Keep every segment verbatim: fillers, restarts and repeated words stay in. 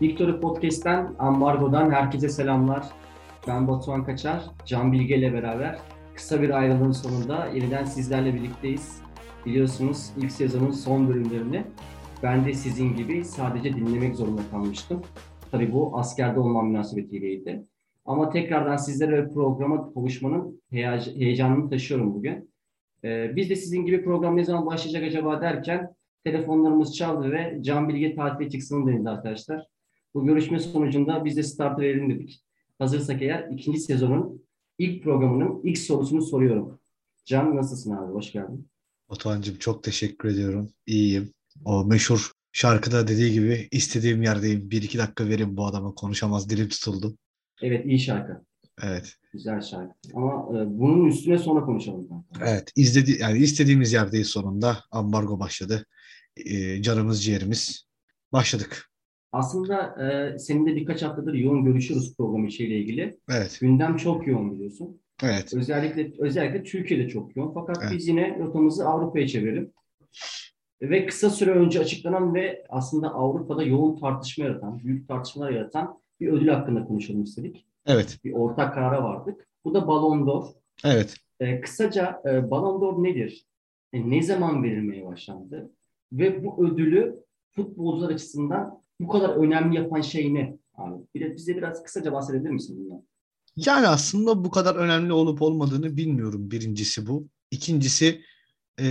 Victory Podcast'ten, Ambargo'dan herkese selamlar. Ben Batuhan Kaçar, Can Bilge ile beraber kısa bir ayrılığın sonunda yeniden sizlerle birlikteyiz. Biliyorsunuz ilk sezonun son bölümlerini ben de sizin gibi sadece dinlemek zorunda kalmıştım. Tabii bu askerde olmam münasebetiyleydi. Ama tekrardan sizlere programa kavuşmanın heyecanını taşıyorum bugün. Ee, biz de sizin gibi program ne zaman başlayacak acaba derken telefonlarımız çaldı ve Can Bilge tatile çıksın denildi arkadaşlar. Bu görüşme sonucunda biz de startı verelim dedik. Hazırsak eğer ikinci sezonun ilk programının ilk sorusunu soruyorum. Can, nasılsın abi? Hoş geldin. Batuhan'cığım çok teşekkür ediyorum. İyiyim. O meşhur şarkıda dediği gibi istediğim yerdeyim. Bir iki dakika verin bu adama, konuşamaz, dilim tutuldu. Evet, iyi şarkı. Evet. Güzel şarkı. Ama e, bunun üstüne sonra konuşalım. Zaten. Evet. İzledi, yani istediğimiz yerdeyiz sonunda. Ambargo başladı. Ee, canımız ciğerimiz. Başladık. Aslında e, seninle birkaç haftadır yoğun görüşürüz program içeriğiyle ilgili. Evet. Gündem çok yoğun biliyorsun. Evet. Özellikle özellikle Türkiye'de çok yoğun. Fakat Evet. biz yine rotamızı Avrupa'ya çevirelim. Ve kısa süre önce açıklanan ve aslında Avrupa'da yoğun tartışma yaratan, büyük tartışmalar yaratan bir ödül hakkında konuşalım istedik. Evet. Bir ortak karara vardık. Bu da Ballon d'Or. Evet. E, kısaca e, Ballon d'Or nedir? E, ne zaman verilmeye başlandı? Ve bu ödülü futbolcular açısından bu kadar önemli yapan şey ne? Abi, bir de bize biraz kısaca bahsedebilir misin bundan? Yani aslında bu kadar önemli olup olmadığını bilmiyorum. Birincisi bu. İkincisi ee,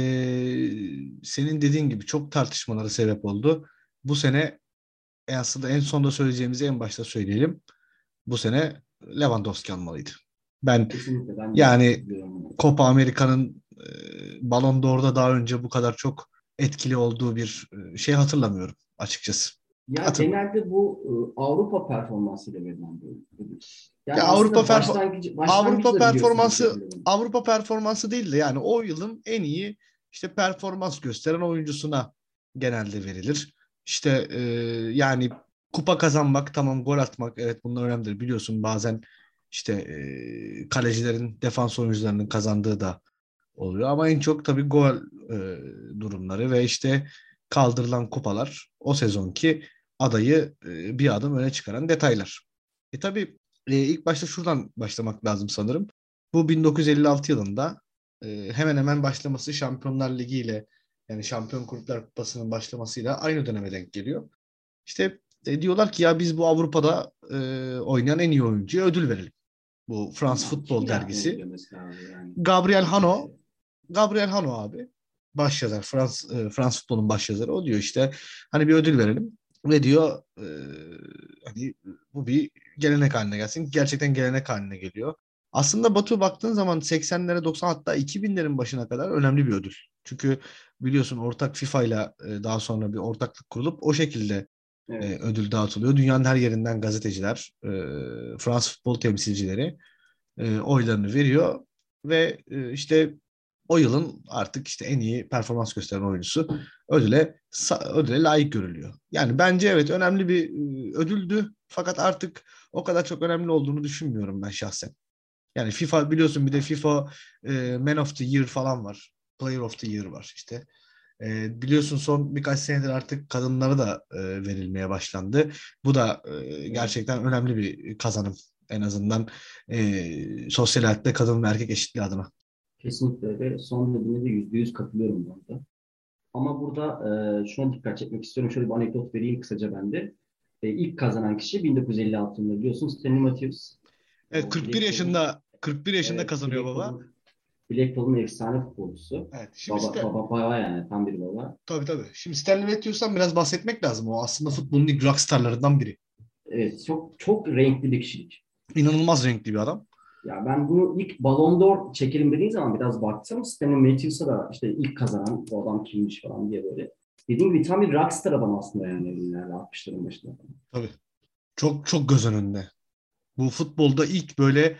senin dediğin gibi çok tartışmalara sebep oldu. Bu sene e aslında en sonda söyleyeceğimizi en başta söyleyelim. Bu sene Lewandowski almalıydı. Ben Kesinlikle ben de yani katılıyorum. Copa Amerika'nın e, Ballon d'Or'da daha önce bu kadar çok etkili olduğu bir e, şey hatırlamıyorum açıkçası. Ya Hatırlamıyorum. genelde bu e, Avrupa performansıyla verilen bir ödül. Yani Ya Avrupa aslında perfor- başlangıcı, başlangıcı Avrupa da biliyorsun bu performansı şekilde. Avrupa performansı değil de yani o yılın en iyi işte performans gösteren oyuncusuna genelde verilir. İşte e, yani kupa kazanmak, tamam, gol atmak, evet, bunlar önemlidir. Biliyorsun bazen işte e, kalecilerin, defans oyuncularının kazandığı da oluyor ama en çok tabii gol e, durumları ve işte kaldırılan kupalar o sezonki adayı e, bir adım öne çıkaran detaylar. E tabii e, ilk başta şuradan başlamak lazım sanırım. Bu bin dokuz yüz elli altı yılında e, hemen hemen başlaması Şampiyonlar Ligi ile, yani Şampiyon Kulüpler Kupası'nın başlamasıyla aynı döneme denk geliyor. İşte e, diyorlar ki ya biz bu Avrupa'da e, oynayan en iyi oyuncuya ödül verelim. Bu Frans Tamam. Futbol Kimin aklına dergisi. geliyor mesela abi yani? Gabriel Türkiye'de. Hano Gabriel Hano abi, başyazar, Frans e, Frans futbolun başyazarı, o diyor işte hani bir ödül verelim ve diyor e, hani bu bir gelenek haline gelsin. Gerçekten gelenek haline geliyor. Aslında Batu, baktığın zaman seksenlere, doksan, hatta iki binlerin başına kadar önemli bir ödül. Çünkü biliyorsun ortak FIFA ile e, daha sonra bir ortaklık kurulup o şekilde e, Evet. ödül dağıtılıyor. Dünyanın her yerinden gazeteciler, e, Frans futbol temsilcileri e, oylarını veriyor ve e, işte o yılın artık işte en iyi performans gösteren oyuncusu ödüle ödüle layık görülüyor. Yani bence evet, önemli bir e, ödüldü fakat artık o kadar çok önemli olduğunu düşünmüyorum ben şahsen. Yani FIFA, biliyorsun, bir de FIFA e, Man of the Year falan var. Player of the Year var işte. E, biliyorsun son birkaç senedir artık kadınlara da e, verilmeye başlandı. Bu da e, Evet. gerçekten önemli bir kazanım. En azından e, sosyal hayatta kadın ve erkek eşitliği adına. Kesinlikle ve son dediğine de yüzde yüz katılıyorum bu arada. Ama burada e, şuna dikkat çekmek istiyorum. Şöyle bir anekdot vereyim kısaca ben de. E, ilk kazanan kişi bin dokuz yüz elli altı yılında biliyorsun Stanley Matthews. Evet, O kırk bir Blackpool'un yaşında kırk bir yaşında evet, kazanıyor baba. Blackpool'un Blackpool'un efsane futbolcusu. Evet. Şimdi Baba, Sta- baba, baba yani tam bir baba. tabii tabii. Şimdi Stanley Matthews'tan biraz bahsetmek lazım. O aslında futbolun ilk rockstarlarından biri. Evet, çok çok renkli bir kişilik. İnanılmaz renkli bir adam. Ya ben bunu ilk Ballon d'Or çekelim dediğin zaman biraz baktım. Stanley Matthews'a da işte ilk kazanan bu adam kimmiş falan diye böyle. Dediğim gibi tam bir rockstar adam aslında yani ellilerle altmışların başında. Tabii. Çok çok göz önünde. Bu futbolda ilk böyle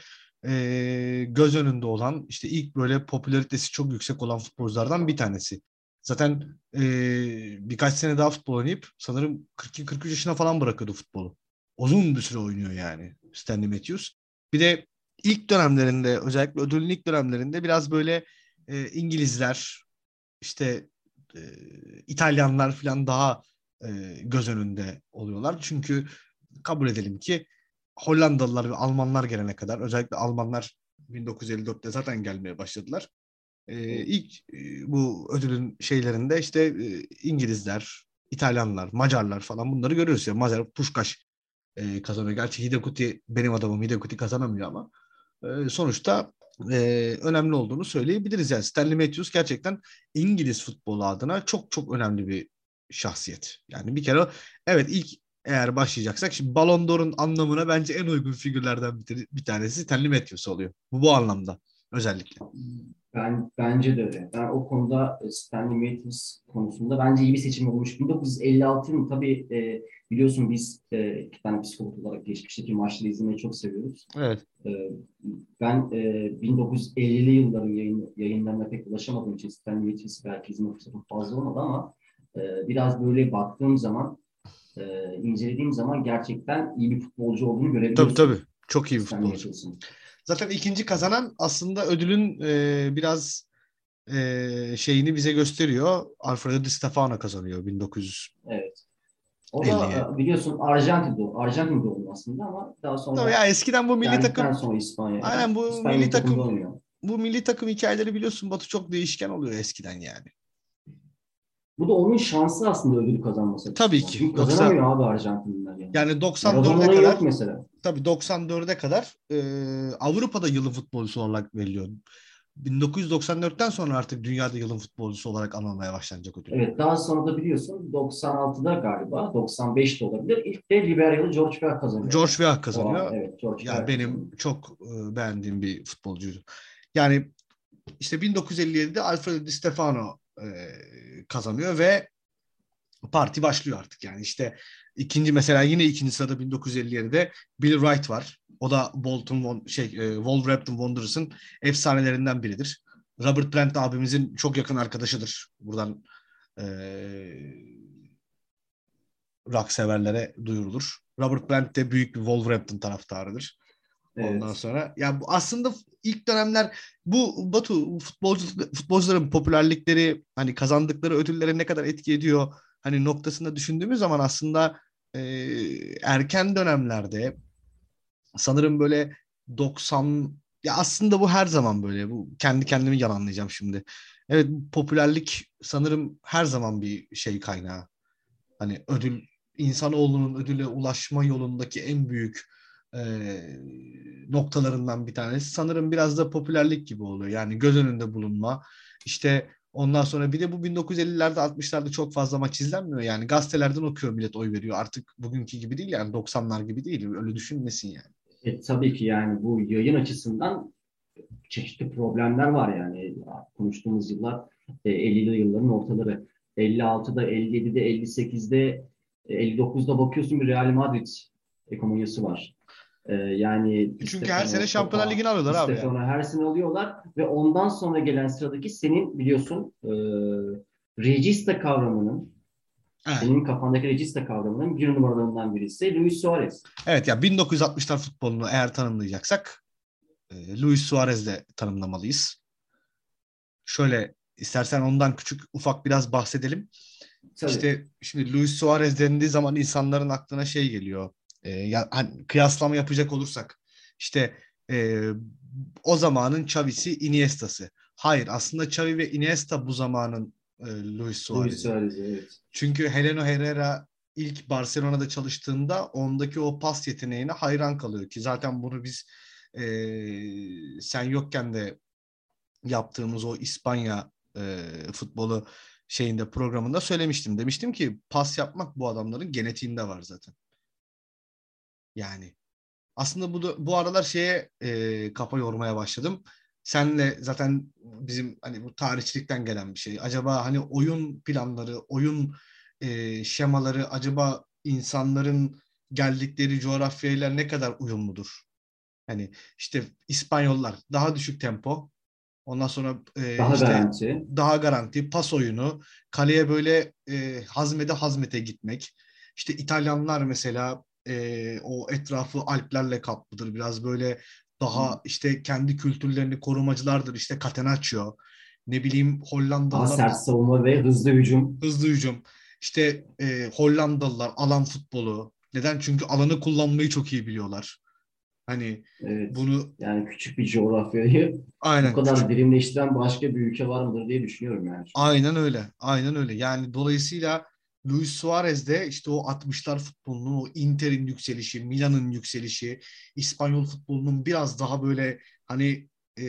e, göz önünde olan, işte ilk böyle popülaritesi çok yüksek olan futbolculardan bir tanesi. Zaten e, birkaç sene daha futbol oynayıp sanırım kırk iki kırk üç yaşına falan bırakıyordu futbolu. Uzun bir süre oynuyor yani Stanley Matthews. Bir de ilk dönemlerinde, özellikle ödülün ilk dönemlerinde biraz böyle e, İngilizler, işte e, İtalyanlar falan daha e, göz önünde oluyorlar. Çünkü kabul edelim ki Hollandalılar ve Almanlar gelene kadar, özellikle Almanlar bin dokuz yüz elli dörtte zaten gelmeye başladılar. E, ilk e, bu ödülün şeylerinde işte e, İngilizler, İtalyanlar, Macarlar falan bunları görüyoruz ya. Macar Puskás e, kazanıyor. Gerçi Hidekuti benim adamım, Hidekuti kazanamıyor ama e, sonuçta e, önemli olduğunu söyleyebiliriz. Yani Stanley Matthews gerçekten İngiliz futbolu adına çok çok önemli bir şahsiyet. Yani bir kere evet, ilk eğer başlayacaksak şimdi Ballon d'Or'un anlamına bence en uygun figürlerden bir, bir tanesi Stanley Matthews oluyor. Bu bu anlamda özellikle. Ben bence de öyle. Ben o konuda e, Stanley Matthews konusunda bence iyi bir seçim olmuş. bin dokuz yüz elli altı yılında tabii e, biliyorsun biz e, iki tane psikolog olarak geçmişteki maçları izlemeyi çok seviyoruz. Evet. E, ben e, bin dokuz yüz ellili yılların yayın, yayınlarına pek ulaşamadığım için Stanley Matthews'ı belki izleme fırsatım fazla olmadı ama e, biraz böyle baktığım zaman, e, incelediğim zaman gerçekten iyi bir futbolcu olduğunu Tabii tabii. görebiliyorsun. Çok iyi bir Stanley futbolcu. Matthews'ın. Zaten ikinci kazanan aslında ödülün e, biraz e, şeyini bize gösteriyor. Alfredo Di Stefano kazanıyor bin dokuz yüz elliye. Evet. O da e, biliyorsun Arjantin doğumlu, Arjantin doğumlu aslında ama daha Tabii sonra ya, eskiden bu milli geldikten takım, sonra İspanya'ya, aynen bu İspanya milli milli takımda takım oynuyor. bu milli takım hikayeleri biliyorsun Batu, çok değişken oluyor eskiden yani. Bu da onun şansı aslında ödülü kazanması Tabii açısından. ki. Çünkü Yoksa kazanamıyor abi Arjantinliler yani. yani doksan dörde Maradona'nın yok kadar, mesela. tabii doksan dörde kadar e, Avrupa'da yılın futbolcusu olarak veriliyor. bin dokuz yüz doksan dörtten sonra artık dünyada yılın futbolcusu olarak anılmaya başlanacak ödül. Evet, daha sonra da biliyorsun doksan altıda galiba, doksan beşte olabilir. İlk de Liberyalı George Weah kazanıyor. George Weah O an, kazanıyor. evet, George Yani Weah kazanıyor. benim çok e, beğendiğim bir futbolcuydu. Yani işte bin dokuz yüz elli yedide Alfredo Di Stefano e, kazanıyor ve parti başlıyor artık. Yani işte ikinci, mesela yine ikinci sırada bin dokuz yüz elli yedide Bill Wright var. O da Bolton şey e, Wolverhampton Wanderers'ın efsanelerinden biridir. Robert Plant abimizin çok yakın arkadaşıdır. Buradan e, rock severlere duyurulur. Robert Plant de büyük bir Wolverhampton taraftarıdır. Ondan Evet. sonra ya bu aslında ilk dönemler bu Batu futbolcu futbolcuların popülerlikleri, hani kazandıkları ödüllere ne kadar etki ediyor hani noktasında düşündüğümüz zaman aslında e, erken dönemlerde sanırım böyle doksan, ya aslında bu her zaman böyle, bu kendi kendimi yalanlayacağım şimdi. Evet, popülerlik sanırım her zaman bir şey kaynağı. Hani ödül, insanoğlunun ödüle ulaşma yolundaki en büyük e, noktalarından bir tanesi. Sanırım biraz da popülerlik gibi oluyor. Yani göz önünde bulunma. İşte ondan sonra bir de bu bin dokuz yüz ellilerde altmışlarda çok fazla maç izlenmiyor. Yani gazetelerden okuyor millet, oy veriyor. Artık bugünkü gibi değil, yani doksanlar gibi değil. Öyle düşünmesin yani. E, tabii ki yani bu yayın açısından çeşitli problemler var yani. Konuştuğumuz yıllar e, ellili yılların ortaları. elli altıda, elli yedide, elli sekizde, e, elli dokuzda bakıyorsun bir Real Madrid hegemonyası var. E, yani Di Çünkü her sene Stefano, Şampiyonlar Copa, Ligi'ni Di alıyorlar abi yani. Stefano her sene alıyorlar ve ondan sonra gelen sıradaki senin biliyorsun e, regista kavramının, Evet. senin kafandaki regista kavramının bir numaralarından birisi Luis Suarez. Evet ya, bin dokuz yüz altmışlar futbolunu eğer tanımlayacaksak e, Luis Suarez'le tanımlamalıyız. Şöyle, istersen ondan küçük ufak biraz bahsedelim. Tabii. İşte şimdi Luis Suarez dendiği zaman insanların aklına şey geliyor. E, ya, hani kıyaslama yapacak olursak işte e, o zamanın Xavi'si, Iniesta'sı. Hayır, aslında Xavi ve Iniesta bu zamanın e, Luis Luis Suarez'i. Suarez, evet. Çünkü Heleno Herrera ilk Barcelona'da çalıştığında ondaki o pas yeteneğine hayran kalıyor ki zaten bunu biz e, sen yokken de yaptığımız o İspanya e, futbolu şeyinde, programında söylemiştim. Demiştim ki pas yapmak bu adamların genetiğinde var zaten. Yani aslında bu da, bu aralar şeye e, kafa yormaya başladım. Senle zaten bizim hani bu tarihçilikten gelen bir şey. Acaba hani oyun planları, oyun e, şemaları acaba insanların geldikleri coğrafyayla ne kadar uyumludur? Hani işte İspanyollar daha düşük tempo. Ondan sonra e, Daha işte garanti. daha garanti pas oyunu, kaleye böyle e, hazmede hazmete gitmek. İşte İtalyanlar mesela e, o etrafı Alplerle kaplıdır. Biraz böyle daha işte kendi kültürlerini korumacılardır. İşte Catenaccio. Ne bileyim Daha Hollandalılar sert savunma ve hızlı hücum. hızlı hücum. İşte e, Hollandalılar alan futbolu. Neden? Çünkü alanı kullanmayı çok iyi biliyorlar. Hani Evet. bunu Yani küçük bir coğrafyayı bu aynen kadar küçük. verimleştiren başka bir ülke var mıdır diye düşünüyorum yani şu an. Aynen öyle. Aynen öyle. Yani dolayısıyla Luis Suarez de işte o altmışlar futbolunun, o Inter'in yükselişi, Milan'ın yükselişi, İspanyol futbolunun biraz daha böyle hani e,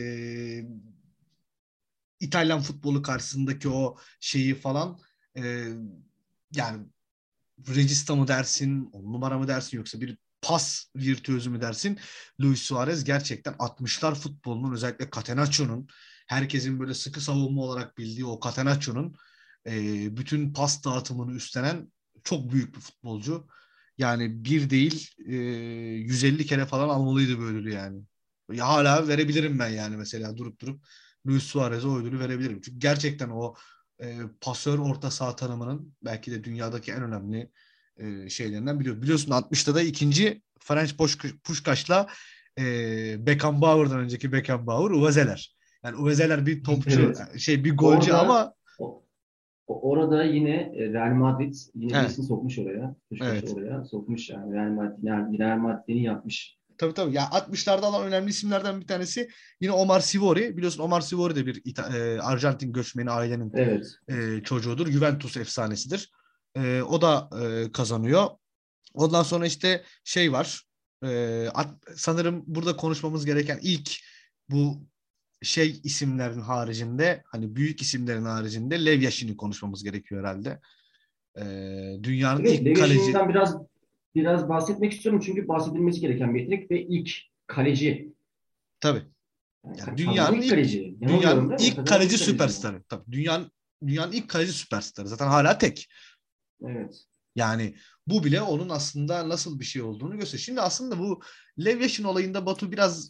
İtalyan futbolu karşısındaki o şeyi falan, e, yani regista mı dersin, on numara mı dersin, yoksa bir pas virtüözü mü dersin? Luis Suarez gerçekten altmışlar futbolunun, özellikle Catenaccio'nun, herkesin böyle sıkı savunma olarak bildiği o Catenaccio'nun e, bütün pas dağıtımını üstlenen çok büyük bir futbolcu. Yani bir değil, e, yüz elli kere falan almalıydı bu ödülü yani. Ya hala verebilirim ben yani, mesela durup durup Luis Suarez'e o ödülü verebilirim. Çünkü gerçekten o e, pasör orta saha tanımının belki de dünyadaki en önemli e, şeylerinden biliyor. Biliyorsun altmışta da ikinci Ferenc Puskás'la e, Beckenbauer'dan önceki Beckenbauer, Uvezeler. Yani Uvezeler bir topçu, Evet. şey bir golcü Orada ama o- o- orada yine e, Real Madrid yine evet, birisini sokmuş oraya. Puskas'ı evet. oraya sokmuş yani. Real Madrid, yani Real Madrid'ini yapmış. Tabii tabii. Ya altmışlarda alan önemli isimlerden bir tanesi yine Omar Sivori. Biliyorsun Omar Sivori de bir İta- e, Arjantin göçmeni ailenin Evet. e, çocuğudur. Juventus efsanesidir. E, o da e, kazanıyor. Ondan sonra işte şey var. E, at- sanırım burada konuşmamız gereken ilk bu şey isimlerin haricinde, hani büyük isimlerin haricinde Lev Yashin'i konuşmamız gerekiyor herhalde. E, dünyanın Evet, ilk Lev kaleci. Yashin'den biraz biraz bahsetmek istiyorum çünkü bahsedilmesi gereken bir yetenek ve ilk kaleci. Tabii. Yani Yani ka- kazanan dünyanın ilk ilk kaleci. Yanılmıyorum dünyanın değil mi? ilk Kazanan kaleci ilk kaleci. süperstarı. Tabii dünyanın dünyanın ilk kaleci süperstarı. Zaten hala tek. Evet. Yani bu bile onun aslında nasıl bir şey olduğunu gösteriyor. Şimdi aslında bu Lev Yashin olayında Batu biraz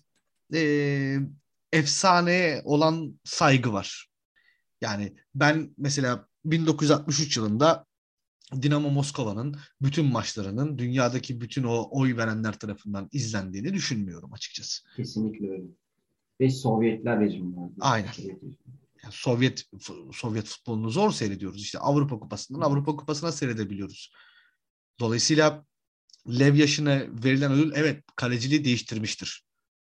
e, efsane olan saygı var. Yani ben mesela bin dokuz yüz altmış üç yılında Dinamo Moskova'nın bütün maçlarının dünyadaki bütün o oy verenler tarafından izlendiğini düşünmüyorum açıkçası. Kesinlikle öyle. Ve Sovyetler rejimi vardı. Aynen. Sovyet rejimi. Yani Sovyet Sovyet futbolunu zor seyrediyoruz. İşte Avrupa Kupası'ndan Avrupa Kupası'na seyredebiliyoruz. Dolayısıyla Lev Yashin'e verilen ödül, evet, kaleciliği değiştirmiştir.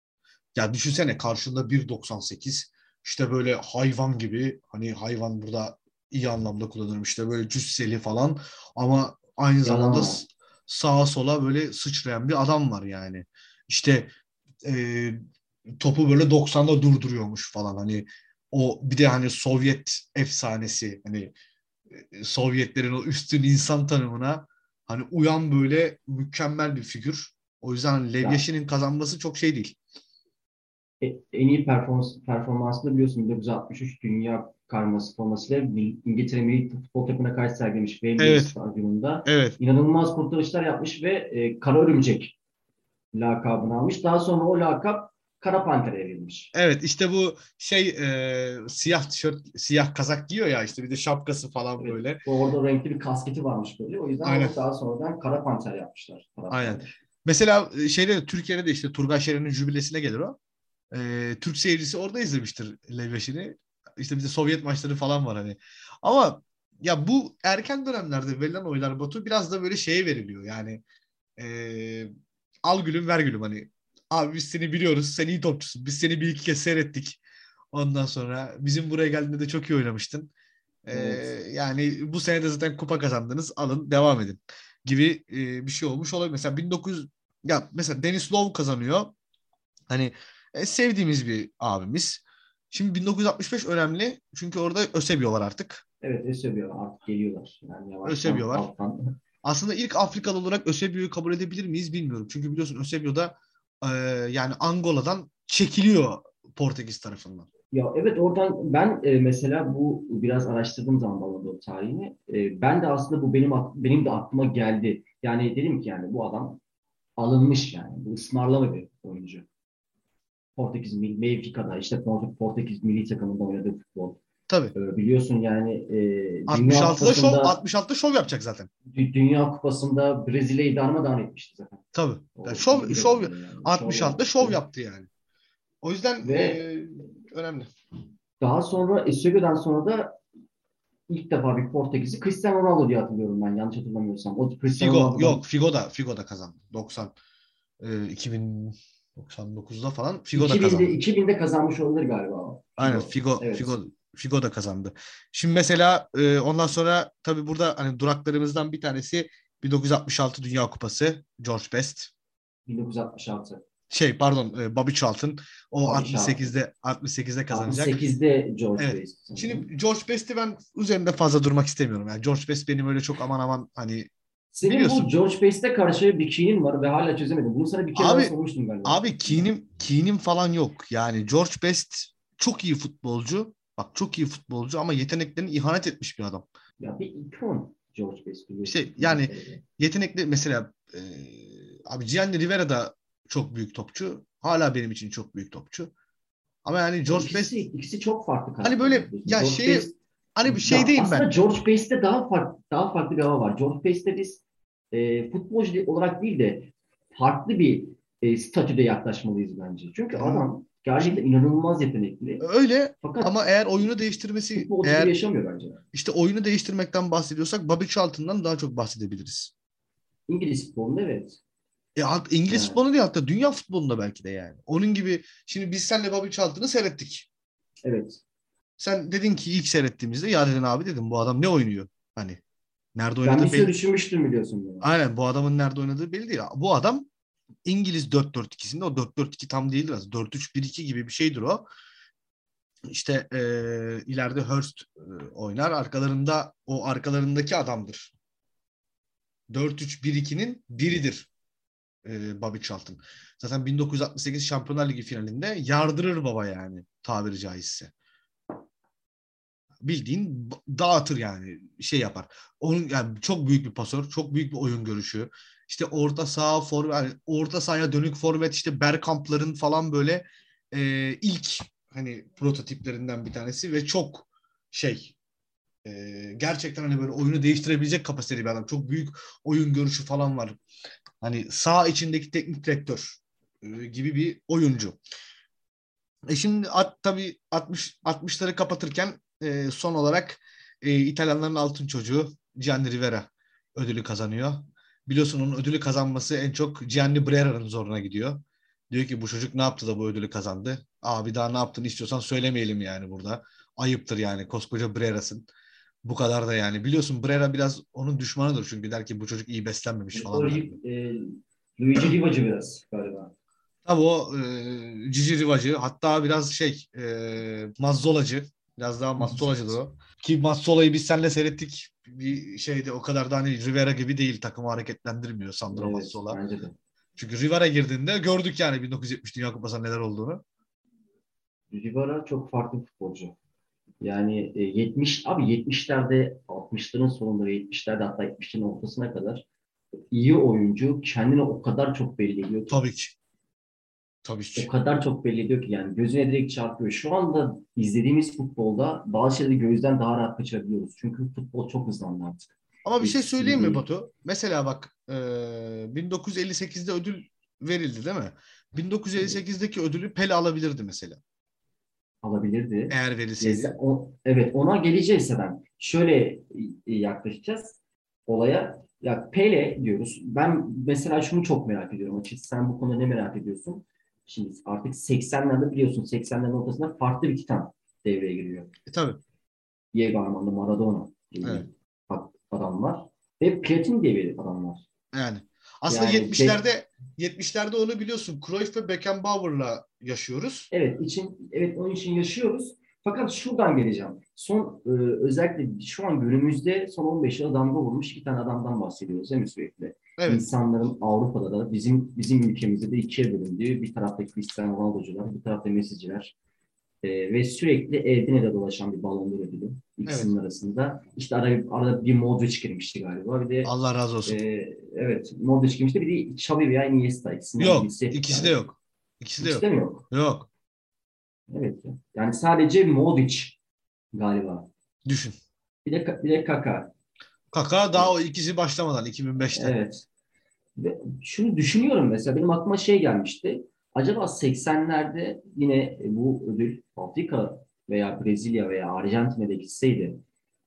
Ya düşünsene, karşında bir doksan sekiz, işte böyle hayvan gibi, hani hayvan burada iyi anlamda kullanırım, işte böyle cüsseli falan, ama aynı Bir zamanda adam var. s- sağa sola böyle sıçrayan bir adam var yani. İşte e, topu böyle doksanda durduruyormuş falan, hani o bir de hani Sovyet efsanesi, hani e, Sovyetlerin o üstün insan tanımına hani uyan böyle mükemmel bir figür. O yüzden hani Lev Ya Yashin'in kazanması çok şey değil. e- en iyi performans performansını biliyorsun bin dokuz yüz altmış üç Dünya Karması formasıyla Mil- İngiltere Milli Futbol Takımı'na karşı sergilemiş Wembley Evet, Stadyumunda. evet, İnanılmaz kurtarışlar yapmış ve e, Kara Örümcek lakabını almış. Daha sonra o lakap Kara Panter'e verilmiş. evet. İşte bu şey, e, siyah tişört, siyah kazak giyiyor ya, işte bir de şapkası falan Evet. böyle. Orada renkli bir kasketi varmış böyle. O yüzden Aynen, onu daha sonradan Kara Panter yapmışlar aynen. taraftarlar. Mesela e, şeyde de, Türkiye'de de işte Turgay Şeren'in jübilesine gelir o. E, Türk seyircisi orada izlemiştir Lev Yashin'i. İşte bir de Sovyet maçları falan var hani. Ama ya bu erken dönemlerde verilen oylar Batu biraz da böyle şeye veriliyor. Yani e, al gülüm ver gülüm, hani abi biz seni biliyoruz, sen iyi topçusun, biz seni bir iki kez seyrettik, ondan sonra bizim buraya geldiğinde de çok iyi oynamıştın. E, Evet. Yani bu sene de zaten kupa kazandınız, alın devam edin gibi e, bir şey olmuş olabilir. Mesela bin dokuz yüz, ya mesela Denis Lov kazanıyor, hani e, sevdiğimiz bir abimiz. Şimdi bin dokuz yüz altmış beş önemli çünkü orada Ösebio var artık. Evet, Eusebio artık geliyorlar. Yani Ösebio yavaştan var. alttan. Aslında ilk Afrikalı olarak Eusebio'yu kabul edebilir miyiz bilmiyorum. Çünkü biliyorsun Eusebio da e, yani Angola'dan çekiliyor Portekiz tarafından. Ya evet, oradan ben e, mesela bu biraz araştırdığım zaman Ballon d'Or tarihini e, ben de aslında bu benim ak- benim de aklıma geldi. Yani dedim ki yani bu adam alınmış yani. Bu ısmarlama bir oyuncu. Portekiz Mil- Benfica'da işte Port- Portekiz milli takımında oynadığı futbol. Tabii. E, biliyorsun yani e, Dünya altmış altıda şov Kupası'nda altmış altıda şov yapacak zaten. Dü- Dünya Kupası'nda Brezilya'yı darmadağın etmişti zaten. Tabii. Yani O iyi şov bir şov dönemde yani. Şov altmış altıda şov yapmıştı. yaptı yani. O yüzden e, Ve önemli. daha sonra Eusebio'dan sonra da ilk defa bir Portekiz'i Cristiano Ronaldo diye hatırlıyorum ben, yanlış hatırlamıyorsam. O Cristiano Figo Ronaldo'dan yok, Figo da Figo da kazandı. doksan e, iki bin doksan dokuzda falan Figo da iki binde kazandı. iki binde kazanmış olabilir galiba Aynen, Figo. Figo Evet. Figo Figo da kazandı. Şimdi mesela e, ondan sonra tabii burada hani duraklarımızdan bir tanesi bin dokuz yüz altmış altı Dünya Kupası, George Best. bin dokuz yüz altmış altı. Şey pardon, e, Bobby Charlton. O Bobby Charlton. altmış sekizde altmış sekizde kazanacak. altmış sekizde George Evet. Best sanırım. Şimdi George Best'i ben üzerinde fazla durmak istemiyorum. Yani George Best benim öyle çok aman aman hani Senin bu biliyorsun. George Best'e karşı bir kinin var ve hala çözemedim. Bunu sana bir kere daha Abi sormuştum galiba. abi kinim kinim falan yok. Yani George Best çok iyi futbolcu. Bak çok iyi futbolcu ama yeteneklerine ihanet etmiş bir adam. Ya bir ikon George Best İşte biliyorsun yani İngiltere'de. yetenekli mesela e, abi Gianni Rivera da çok büyük topçu. Hala benim için çok büyük topçu. Ama yani Ya George ikisi Best ikisi çok farklı hani karakterler böyle biliyorsun. ya George şeyi Best hani bir ya şeydeyim aslında ben. George Best'te daha farklı daha farklı bir hava var. George Best'te biz e, futbolcu olarak değil de farklı bir e, statüde yaklaşmalıyız bence. Çünkü Hmm. adam gerçekten Şimdi inanılmaz yetenekli. öyle Fakat ama eğer oyunu değiştirmesi futbolcu gibi eğer yaşamıyor bence. işte oyunu değiştirmekten bahsediyorsak Bobby Charlton'dan daha çok bahsedebiliriz. İngiliz futbolunda evet. E, hat- İngiliz Yani, futbolu değil hatta dünya futbolunda belki de yani. Onun gibi şimdi biz seninle Bobby Charlton'ı seyrettik. evet. Sen dedin ki ilk seyrettiğimizde ya dedin abi dedim bu adam ne oynuyor? Hani nerede Ben bir oynadığı süre belli. düşünmüştüm biliyorsun bunu. Aynen bu adamın nerede oynadığı belli değil. Bu adam İngiliz dört dört ikisinde o dört dört iki tam değildir. aslında. dört üç bir iki gibi bir şeydir o. İşte e, ileride Hurst e, oynar. Arkalarında o arkalarındaki adamdır. dört üç bir ikinin biridir e, Bobby Charlton. Zaten bin dokuz yüz altmış sekiz Şampiyonlar Ligi finalinde yardırır baba yani tabiri caizse. Bildiğin dağıtır yani şey yapar. Onun yani çok büyük bir pasör, çok büyük bir oyun görüşü. İşte orta saha forvet, yani orta sahaya dönük forvet işte Bergkamp'ların falan böyle e, ilk hani prototiplerinden bir tanesi ve çok şey e, gerçekten hani böyle oyunu değiştirebilecek kapasiteli bir adam. Çok büyük oyun görüşü falan var. Hani sağ içindeki teknik direktör e, gibi bir oyuncu. E şimdi at, tabii altmış altmışları kapatırken e, son olarak e, İtalyanların altın çocuğu Gianni Rivera ödülü kazanıyor. Biliyorsun onun ödülü kazanması en çok Gianni Brera'nın zoruna gidiyor. Diyor ki bu çocuk ne yaptı da bu ödülü kazandı? Abi daha ne yaptığını istiyorsan söylemeyelim yani burada. Ayıptır yani koskoca Brera'sın. Bu kadar da yani. Biliyorsun Brera biraz onun düşmanıdır çünkü der ki bu çocuk iyi beslenmemiş O falan der. e, Luigi Rivacı biraz galiba. Tabii o e, cici rivacı hatta biraz şey e, mazzolacı. Biraz daha mazzolacıdır o. Ki Mazzola'yı biz seninle seyrettik. Bir şeyde o kadar da hani Rivera gibi değil. Takımı hareketlendirmiyor Sandro Evet, Mazzola. bence de. Çünkü Rivera girdiğinde gördük yani bin dokuz yüz yetmiş Dünya Kupası'nda neler olduğunu. Rivara çok farklı bir futbolcu. Yani e, yetmiş abi yetmişlerde altmışların sonunda ve yetmişlerde hatta yetmişlerin ortasına kadar iyi oyuncu kendini o kadar çok belli ediyor ki. Tabii ki. Tabii O ki. kadar çok belli ediyor ki yani gözüne direkt çarpıyor. Şu anda izlediğimiz futbolda bazı şeyleri gözden daha rahat kaçırabiliyoruz. Çünkü futbol çok hızlandı artık. Ama bir şey Eskisi gibi söyleyeyim mi değil. Batu? Mesela bak e, bin dokuz yüz elli sekizde ödül verildi değil mi? Evet, bin dokuz yüz elli sekizdeki ödülü Pele alabilirdi mesela. alabilirdi. Eğer Ya, verilseydi. o, evet ona geleceğiz ben. Şöyle e, yaklaşacağız olaya. Ya Pele diyoruz. Ben mesela şunu çok merak ediyorum açıkçası. Sen bu konuda ne merak ediyorsun? Şimdi artık seksenlerde biliyorsun seksenlerin ortasında farklı bir titan devreye giriyor. E, tabii. Diego Armando Maradona diye bir Evet. adam var. Ve Platin diye bir adam var. Yani aslında Yani be, yetmişlerde yetmişlerde onu biliyorsun Cruyff ve Beckenbauer'la yaşıyoruz. evet için evet onun için yaşıyoruz. Fakat şuradan geleceğim. Son e, özellikle şu an günümüzde son on beş yıla damga vurmuş iki tane adamdan bahsediyoruz değil mi sürekli? Evet. İnsanların Avrupa'da da bizim bizim ülkemizde de ikiye bölündüğü bir tarafta Cristiano Ronaldo'cular, bir tarafta Messi'ciler. E, ve sürekli elden ele dolaşan bir Ballon d'Or ödülü Evet. ikisinin arasında. İşte arada, arada bir Modric girmişti galiba. Bir de Allah razı e, olsun. evet Modric girmişti. Bir de Xavi veya Iniesta ikisinden Yok. birisi ikisi de galiba. yok. İkisi de İkisi de yok. mi yok? Yok. Evet. Yani sadece Modric galiba. Düşün. Bir de, bir de Kaka. Kaka daha o Evet. ikisi başlamadan iki bin beşte. Evet. Ve şunu düşünüyorum mesela benim aklıma şey gelmişti. Acaba seksenlerde yine bu ödül Afrika veya Brezilya veya Arjantin'e de gitseydi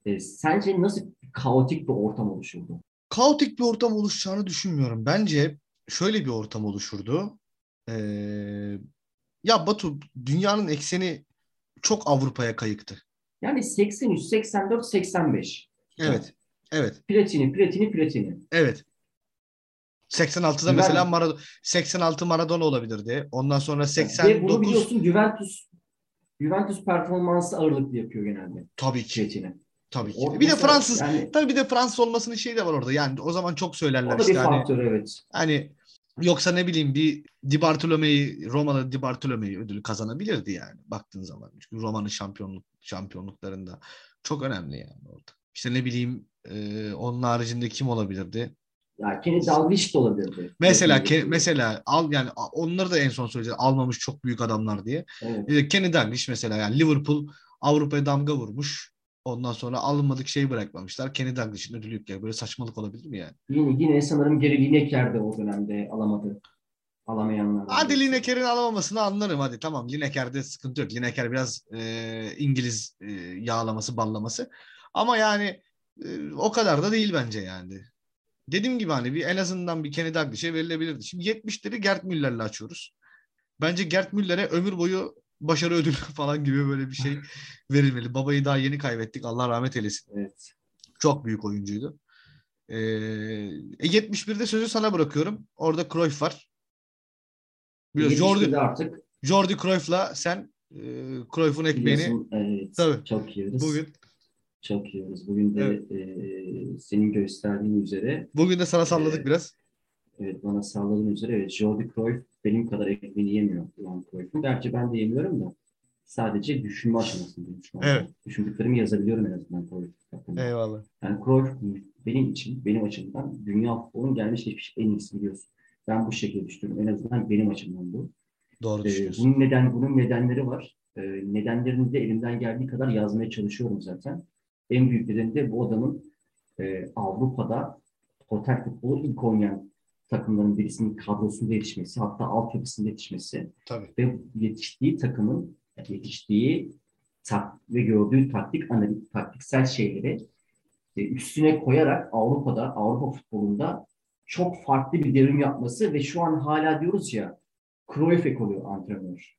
E, sence nasıl kaotik bir ortam oluşurdu? Kaotik bir ortam oluşacağını düşünmüyorum. Bence şöyle bir ortam oluşurdu. Ee, Ya Batu, dünyanın ekseni çok Avrupa'ya kayıktı. Yani seksen üç, seksen dört, seksen beş. Güzel. Evet. Evet. Platini, platini, platini. Evet. seksen altıda mesela Juven, Maradona, seksen altı Maradona olabilirdi. Ondan sonra ve bunu seksen dokuz, biliyorsun Juventus Juventus performansı ağırlıklı yapıyor genelde tabii ki. platini. Tabii ki. Or Bir de mesela Fransız, yani tabii bir de Fransız olmasının şeyi de var orada. Yani o zaman çok söylerler o da işte bir hani faktör, evet. hani yoksa ne bileyim bir Di Bartolomeo'yu, Roma'da Di Bartolomeo ödülü kazanabilirdi yani baktığın zaman. Çünkü Roma'nın şampiyonluk şampiyonluklarında çok önemli yani orada. İşte ne bileyim e, onun haricinde kim olabilirdi? Yani Kenny Dalglish de olabilirdi Mesela Ke- Platini'deki. mesela al yani a- onları da en son söyleyeceğiz. Almamış çok büyük adamlar diye. Evet. E, Kenny Dalglish mesela yani Liverpool Avrupa'ya damga vurmuş. Ondan sonra alınmadık şey bırakmamışlar. Kenny Dalglish'in ödülü yok ya. Böyle saçmalık olabilir mi yani? Yine, yine sanırım Gary Lineker de o dönemde alamadı. Alamayanlardan Hadi birisi. Lineker'in alamamasını anlarım hadi tamam. Lineker'de sıkıntı yok. Lineker biraz e, İngiliz e, yağlaması ballaması. Ama yani e, o kadar da değil bence yani. Dediğim gibi hani bir en azından bir Kenny Dalglish'e verilebilirdi. Şimdi yetmişleri Gerd Müller'le açıyoruz. Bence Gerd Müller'e ömür boyu başarı ödülü falan gibi böyle bir şey verilmeli. Babayı daha yeni kaybettik. Allah rahmet eylesin. Evet. Çok büyük oyuncuydu. Ee, e, yetmiş birde sözü sana bırakıyorum. Orada Cruyff var. E, Biliyorsun Jordi, yetmiş birde artık Jordi Cruyff'la sen e, Cruyff'un ekmeğini biliyorsun, evet, tabii çok yiyoruz. bugün Çok yiyoruz. Bugün de evet. e, senin gösterdiğin üzere Bugün de sana e, salladık biraz. evet, bana sağladığın üzere, evet, Jordi Cruyff benim kadar ekmeğini yemiyor Johan Cruyff'un. Gerçi ben de yemiyorum da sadece düşünme aşamasındayım şu anda. Evet. Düşündüklerimi yazabiliyorum en azından Cruyff hakkında. Eyvallah. Yani Cruyff benim için, benim açımdan dünya futbolunun gelmiş geçmiş en iyisi, biliyorsun. Ben bu şekilde düşünüyorum. En azından benim açımdan bu. Doğru Ee, düşünüyorsun. bunun neden bunun nedenleri var. Ee, nedenlerini de elimden geldiği kadar yazmaya çalışıyorum zaten. En büyük nedeni de bu adamın e, Avrupa'da total futbolu ilk oynayan takımların birisinin kadrosunda yetişmesi, hatta altyapısında yetişmesi Tabii. ve yetiştiği takımın yetiştiği tak ve gördüğü taktik analiz, taktiksel şeyleri e, üstüne koyarak Avrupa'da, Avrupa futbolunda çok farklı bir devrim yapması ve şu an hala diyoruz ya, Cruyff ekolü antrenör.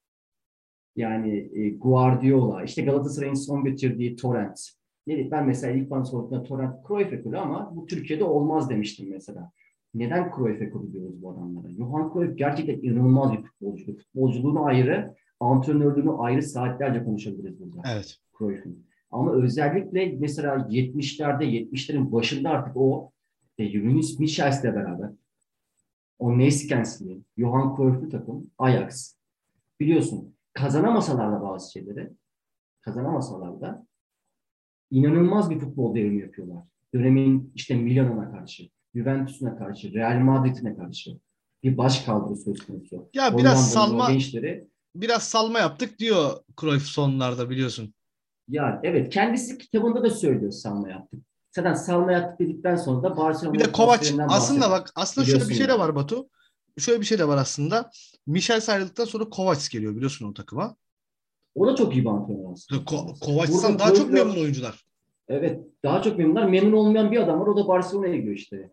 Yani e, Guardiola, işte Galatasaray'ın son bitirdiği Torrent. Ne ben mesela ilk bana sorduğunda Torrent Cruyff ekolü, ama bu Türkiye'de olmaz demiştim mesela. Neden Cruyff ekolü diyoruz bu adamlara? Johan Cruyff gerçekten inanılmaz bir futbolcuydu. Futbolculuğunu ayrı, antrenörlüğünü ayrı saatlerce konuşabiliriz burada. Evet. Cruyff'un. Ama özellikle mesela yetmişlerde, yetmişlerin başında artık o e, Yunus Michels'le beraber o Neskens'li, Johan Cruyff'lu takım Ajax. Biliyorsun, kazanamasalar da bazı şeyleri, kazanamasalar da inanılmaz bir futbol devrimi yapıyorlar. Dönemin işte Milan'ına karşı, Juventus'una karşı, Real Madrid'ine karşı bir baş kadro söz konusu. Ya biraz Hollanda'nın o salma gençleri, biraz salma yaptık diyor Cruyff sonlarda biliyorsun. ya evet, kendisi kitabında da söylüyor salma yaptık. Zaten salma yaptık dedikten sonra da Bir de Barcelona'nın Kovac transferinden aslında bahseder. bak aslında şöyle bir Biliyorsun şey de yani. var Batu. Şöyle bir şey de var aslında. Michel ayrıldıktan sonra Kovac geliyor biliyorsun o takıma. O da çok iyi bir antrenör aslında Ko Kovac. Kovac'tan Burada daha çok memnun Cruyff'la, oyuncular. evet, daha çok memnunlar. Memnun olmayan bir adam var. O da Barcelona'ya gidiyor işte.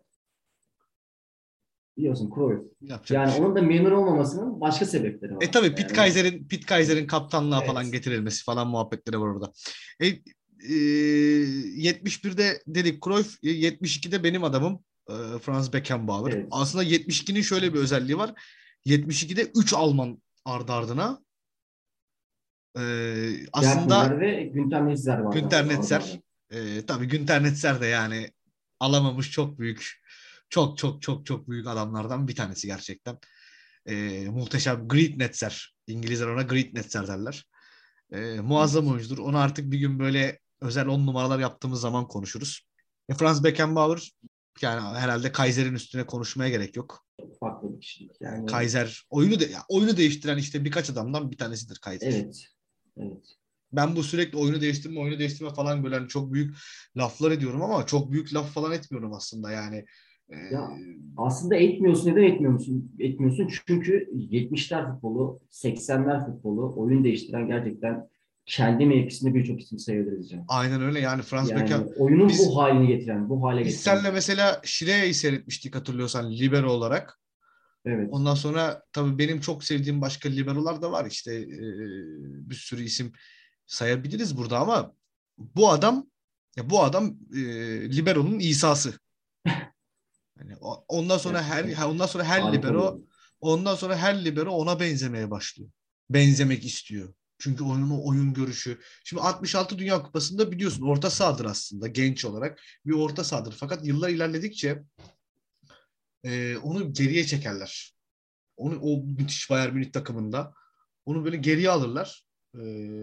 Biliyorsun, Cruyff. Yapacak bir Yani şey yok. onun da memnun olmamasının başka sebepleri var E tabii aslında. Pit Yani o, Kaiser'in Pit Kaiser'in kaptanlığa falan evet. getirilmesi falan muhabbetleri var orada. E, e, yetmiş birde dedik Cruyff, e, yetmiş ikide benim adamım e, Franz Beckenbauer. Evet. Aslında yetmiş ikinin şöyle bir özelliği var. yetmiş ikide üç Alman ardı ardına. E, Gerd aslında Müller ve Günter Netzer var Günter galiba arda arda. Netzer. E, tabii Günter Netzer de yani alamamış çok büyük, çok çok çok çok büyük adamlardan bir tanesi gerçekten. E, muhteşem. Great Netzer. İngilizler ona Great Netzer derler. E, muazzam Evet. oyuncudur. Onu artık bir gün böyle özel on numaralar yaptığımız zaman konuşuruz. E, Franz Beckenbauer yani herhalde Kaiser'in üstüne konuşmaya gerek yok. Çok farklı bir kişilik. Yani Yani Kaiser oyunu de ya, oyunu değiştiren işte birkaç adamdan bir tanesidir Kaiser. evet. Evet. Ben bu sürekli oyunu değiştirme, oyunu değiştirme falan böyle hani çok büyük laflar ediyorum ama çok büyük laf falan etmiyorum aslında yani. E, Ya aslında etmiyorsun. Neden etmiyor musun? Etmiyorsun çünkü yetmişler futbolu, seksenler futbolu oyun değiştiren gerçekten kendi mevkisinde birçok isim sayabiliriz Can. Aynen öyle yani Franz Yani Beckenbauer. oyunun Biz bu halini getiren, bu hale biz getiren. seninle mesela Şire'yi seyretmiştik hatırlıyorsan libero olarak. Evet. Ondan sonra tabii benim çok sevdiğim başka liberolar da var işte e, bir sürü isim sayabiliriz burada ama bu adam ya bu adam e, libero'nun İsa'sı. Yani o- ondan sonra her Gerçekten ha, ondan sonra her harika bir libero oyun. ondan sonra her libero ona benzemeye başlıyor. Benzemek istiyor. Çünkü oyunun oyun görüşü. Şimdi altmış altı Dünya Kupası'nda biliyorsun orta sahadır aslında genç olarak bir orta sahadır. Fakat yıllar ilerledikçe e, onu geriye çekerler. Onu o müthiş Bayern Münih takımında onu böyle geriye alırlar. E,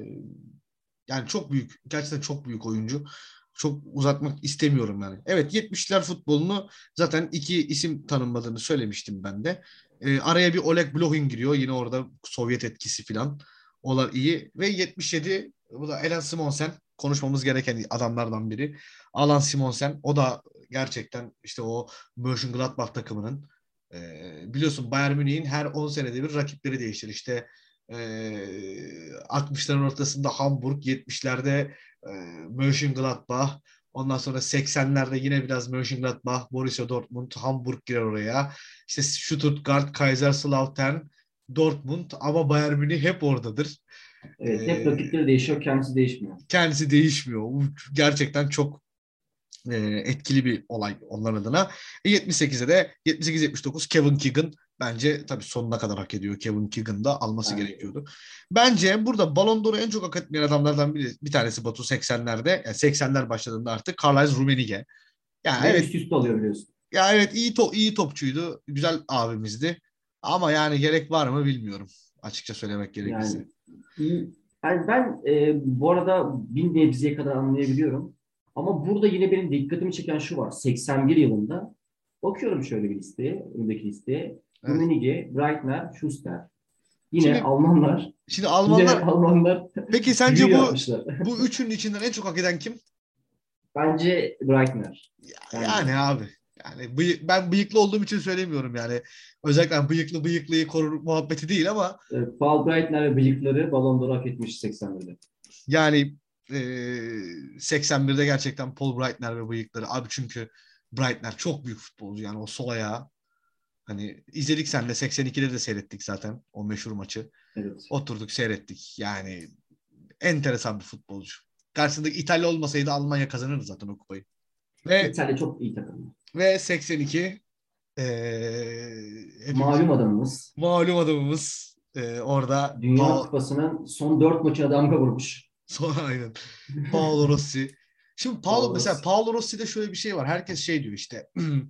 Yani çok büyük, gerçekten çok büyük oyuncu. Çok uzatmak istemiyorum yani. Evet yetmişler futbolunu zaten iki isim tanınmadığını söylemiştim ben de. Ee, araya bir Oleg Blokhin giriyor. Yine orada Sovyet etkisi falan. Olar iyi. Ve yetmiş yedi bu da Alan Simonsen. Konuşmamız gereken adamlardan biri. Alan Simonsen. O da gerçekten işte o Mönchengladbach takımının e, biliyorsun Bayern Münih'in her on senede bir rakipleri değiştir. İşte ee, altmışların ortasında Hamburg, yetmişlerde e, Mönchengladbach, ondan sonra seksenlerde yine biraz Mönchengladbach, Borussia Dortmund, Hamburg girer oraya. İşte Stuttgart, Kaiserslautern, Dortmund ama Bayern Münih hep oradadır. Evet, hep Ee, rakipleri değişiyor, kendisi değişmiyor. Kendisi değişmiyor. Bu gerçekten çok e, etkili bir olay onların adına. E, yetmiş sekizde de yetmiş sekiz yetmiş dokuz Kevin Keegan bence tabii sonuna kadar hak ediyor. Kevin Keegan da alması Bence de. gerekiyordu. Bence burada Ballon d'Or'u en çok hak etmeyen adamlardan biri, bir tanesi Batu seksenlerde. Yani seksenler başladığında artık Karl-Heinz Rummenigge. Yani Ve evet üst üste alıyor biliyorsun. ya evet iyi to iyi topçuydu. Güzel abimizdi. Ama yani gerek var mı bilmiyorum. Açıkça söylemek gerekirse. Yani iyi. Yani ben e, bu arada bir nebzeye kadar anlayabiliyorum. Ama burada yine benim dikkatimi çeken şu var. seksen bir yılında bakıyorum şöyle bir listeye, öndeki listeye. Evet. Rummenigge, Breitner, Schuster. Yine Şimdi Almanlar. şimdi Yine Almanlar Almanlar peki düğün sence bu yapmışlar. bu üçünün içinden en çok hak eden kim? Bence Breitner. Bence. Yani abi. Yani bıyı- ben bıyıklı olduğum için söylemiyorum yani. Özellikle hani bıyıklı bıyıklıyı korur muhabbeti değil ama E, Paul Breitner ve bıyıkları Ballon d'Or hak etmiş seksen birde. yani e, seksen birde gerçekten Paul Breitner ve bıyıkları. Abi çünkü Breitner çok büyük futbolcu yani o sol ayağı. Hani izledik sen de seksen ikide de seyrettik zaten o meşhur maçı. Evet. Oturduk seyrettik. Yani enteresan bir futbolcu. Karşısındaki İtalya olmasaydı Almanya kazanırdı zaten o kupayı. Ve İtalya çok iyi takım. ve seksen iki Ee, hepimizin Malum adamımız. malum adamımız ee, orada Dünya Paul, Kupası'nın son dört maçına damga vurmuş. sonra aynen Paolo Rossi. Şimdi Paolo mesela Paulus. Paolo Rossi'de şöyle bir şey var. Herkes şey diyor işte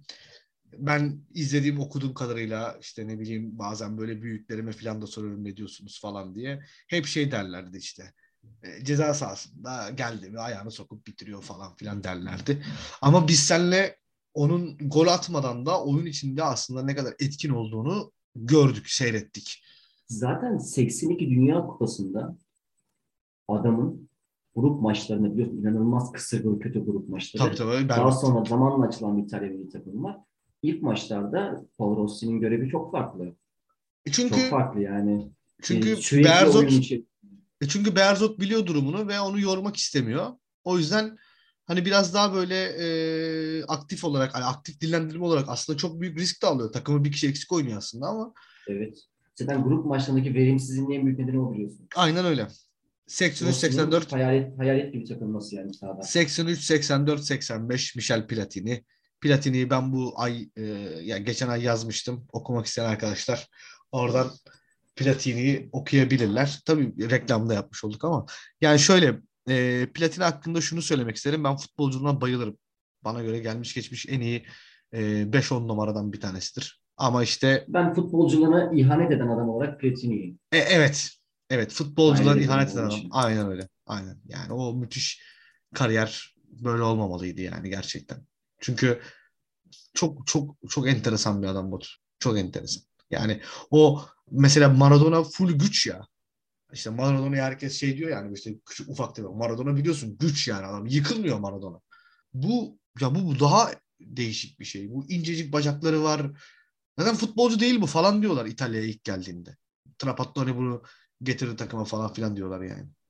ben izlediğim okuduğum kadarıyla işte ne bileyim bazen böyle büyüklerime falan da soruyorum ne diyorsunuz falan diye. Hep şey derlerdi işte. E, ceza sahasında geldi mi ayağını sokup bitiriyor falan filan derlerdi. Ama biz seninle onun gol atmadan da oyun içinde aslında ne kadar etkin olduğunu gördük, seyrettik. Zaten seksen iki Dünya Kupası'nda adamın grup maçlarını biliyorsun inanılmaz kısır grup kötü grup Tabii maçları. tabii Daha berbat. sonra zamanla açılan bir İtalya milli takımı var. İlk maçlarda Paul Rossi'nin görevi çok farklı. E Çok çünkü farklı yani. E, çünkü sürekli oyun Berzot içi. e çünkü Berzot biliyor durumunu ve onu yormak istemiyor. O yüzden hani biraz daha böyle e, aktif olarak, hani aktif dinlendirme olarak aslında çok büyük risk de alıyor. Takımı bir kişi eksik oynuyor aslında ama Evet. Zaten grup maçlarındaki verimsizliğin en büyük nedeni o biliyorsun. aynen öyle. seksen üç Rossi'nin seksen dört hayalet, hayalet gibi takılması yani sahada. seksen üç seksen dört seksen beş Michel Platini. Platini'yi ben bu ay e, ya geçen ay yazmıştım. Okumak isteyen arkadaşlar oradan Platini'yi okuyabilirler. Tabii reklamda yapmış olduk ama yani şöyle e, Platini hakkında şunu söylemek isterim. Ben futbolculuğuna bayılırım. Bana göre gelmiş geçmiş en iyi e, beş on numaradan bir tanesidir. Ama işte Ben futbolcularına ihanet eden adam olarak Platini'yim. e, evet evet Ayrı futbolculara bir durum ihanet eden onun adam. için. Aynen öyle. Aynen. Yani o müthiş kariyer böyle olmamalıydı yani gerçekten. Çünkü çok çok çok enteresan bir adam Batu. Çok enteresan. Yani o mesela Maradona full güç ya. İşte Maradona'ya herkes şey diyor yani işte küçük ufak tefek. Maradona biliyorsun güç yani adam. Yıkılmıyor Maradona. Bu ya bu, bu daha değişik bir şey. Bu incecik bacakları var. Neden futbolcu değil bu falan diyorlar İtalya'ya ilk geldiğinde. Trapattoni bunu getirir takıma falan filan diyorlar yani.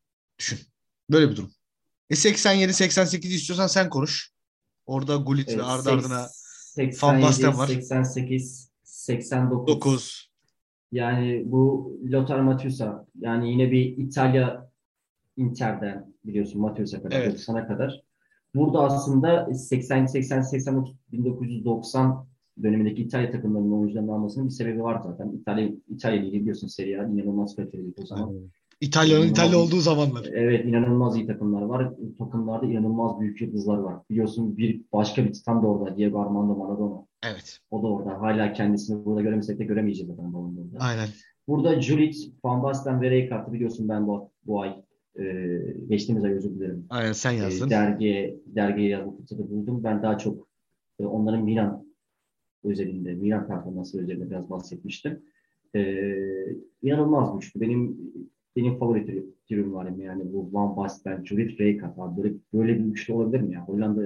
Düşün. Böyle bir durum. E seksen yedi seksen sekiz istiyorsan sen konuş. Orada Gullit ve Evet, ardı ardına Van seksen yedi, Basten var. seksen sekiz, seksen dokuz. dokuz. Yani bu Lothar Matthäus'a, yani yine bir İtalya Inter'den biliyorsun Matthäus'a kadar Evet. doksana kadar. Burada aslında seksen, seksen, seksen dokuz, bin dokuz yüz doksan dönemindeki İtalya takımlarının oyuncularının almasının bir sebebi var zaten. İtalya, İtalya Ligi biliyorsun Serie A inanılmaz kaliteli o zaman. Aynen. İtalya'nın İtalya İnanılmaz olduğu iyi, zamanlar. evet inanılmaz iyi takımlar var. Takımlarda inanılmaz büyük yıldızlar var. Biliyorsun bir başka bir titan da orada. Diego Armando Maradona. Evet. O da orada. Hala kendisini burada göremesek de göremeyeceğiz zaten balonda orada. Aynen. Burada Juric, Van Basten ve Rijkaard'ı biliyorsun ben bu, bu ay e, geçtiğimiz ay özür dilerim. Aynen sen E, yazdın. dergiye, dergiye yazma fırsatı buldum. Ben daha çok e, onların Milan özelinde, Milan performansı özelinde biraz bahsetmiştim. E, inanılmaz güçlü. Benim benim favori türüm var yani bu Van Basten, Juric, Rijkaard abi. Böyle, böyle bir üçlü olabilir mi ya? Hollanda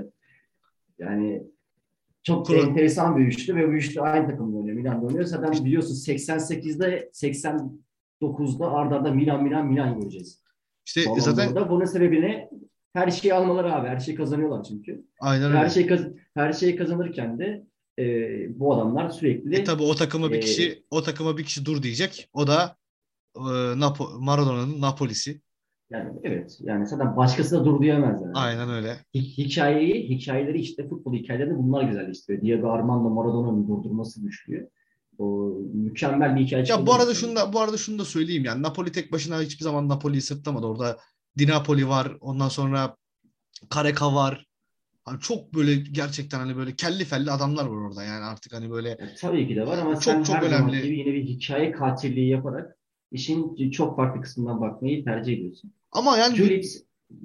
yani çok Kuro. enteresan bir üçlü ve bu üçlü aynı takımda oynuyor. Milan'da oynuyor. Zaten biliyorsun seksen sekizde seksen dokuzda arda arda Milan Milan Milan göreceğiz. İşte Ballon zaten d'Or'da. Bunun sebebini her şeyi almaları abi. Her şeyi kazanıyorlar çünkü. aynen Her öyle. şey kaz her şeyi kazanırken de e, bu adamlar E sürekli tabii o takıma bir e, kişi o takıma bir kişi dur diyecek. O da e, Napo Maradona'nın Napoli'si. yani evet yani zaten başkası da dur diyemez yani. Aynen öyle. Hi- Hikayeyi, hikayeleri işte futbol hikayeleri bunlar güzelleştiriyor. Diego Armando Maradona'nın durdurması güçlü. O mükemmel bir hikaye Ya bu çıkabilir arada ortaya. şunu da bu arada şunu da söyleyeyim yani Napoli tek başına hiçbir zaman Napoli'yi sırtlamadı. Orada Di Napoli var. Ondan sonra Careka var. Hani çok böyle gerçekten hani böyle kelli felli adamlar var orada. Yani artık hani böyle Ya, tabii ki de var ama e, çok sen çok her zamanki önemli. gibi yine bir hikaye katilliği yaparak işin çok farklı kısmından bakmayı tercih ediyorsun. Ama yani bir- Juliet,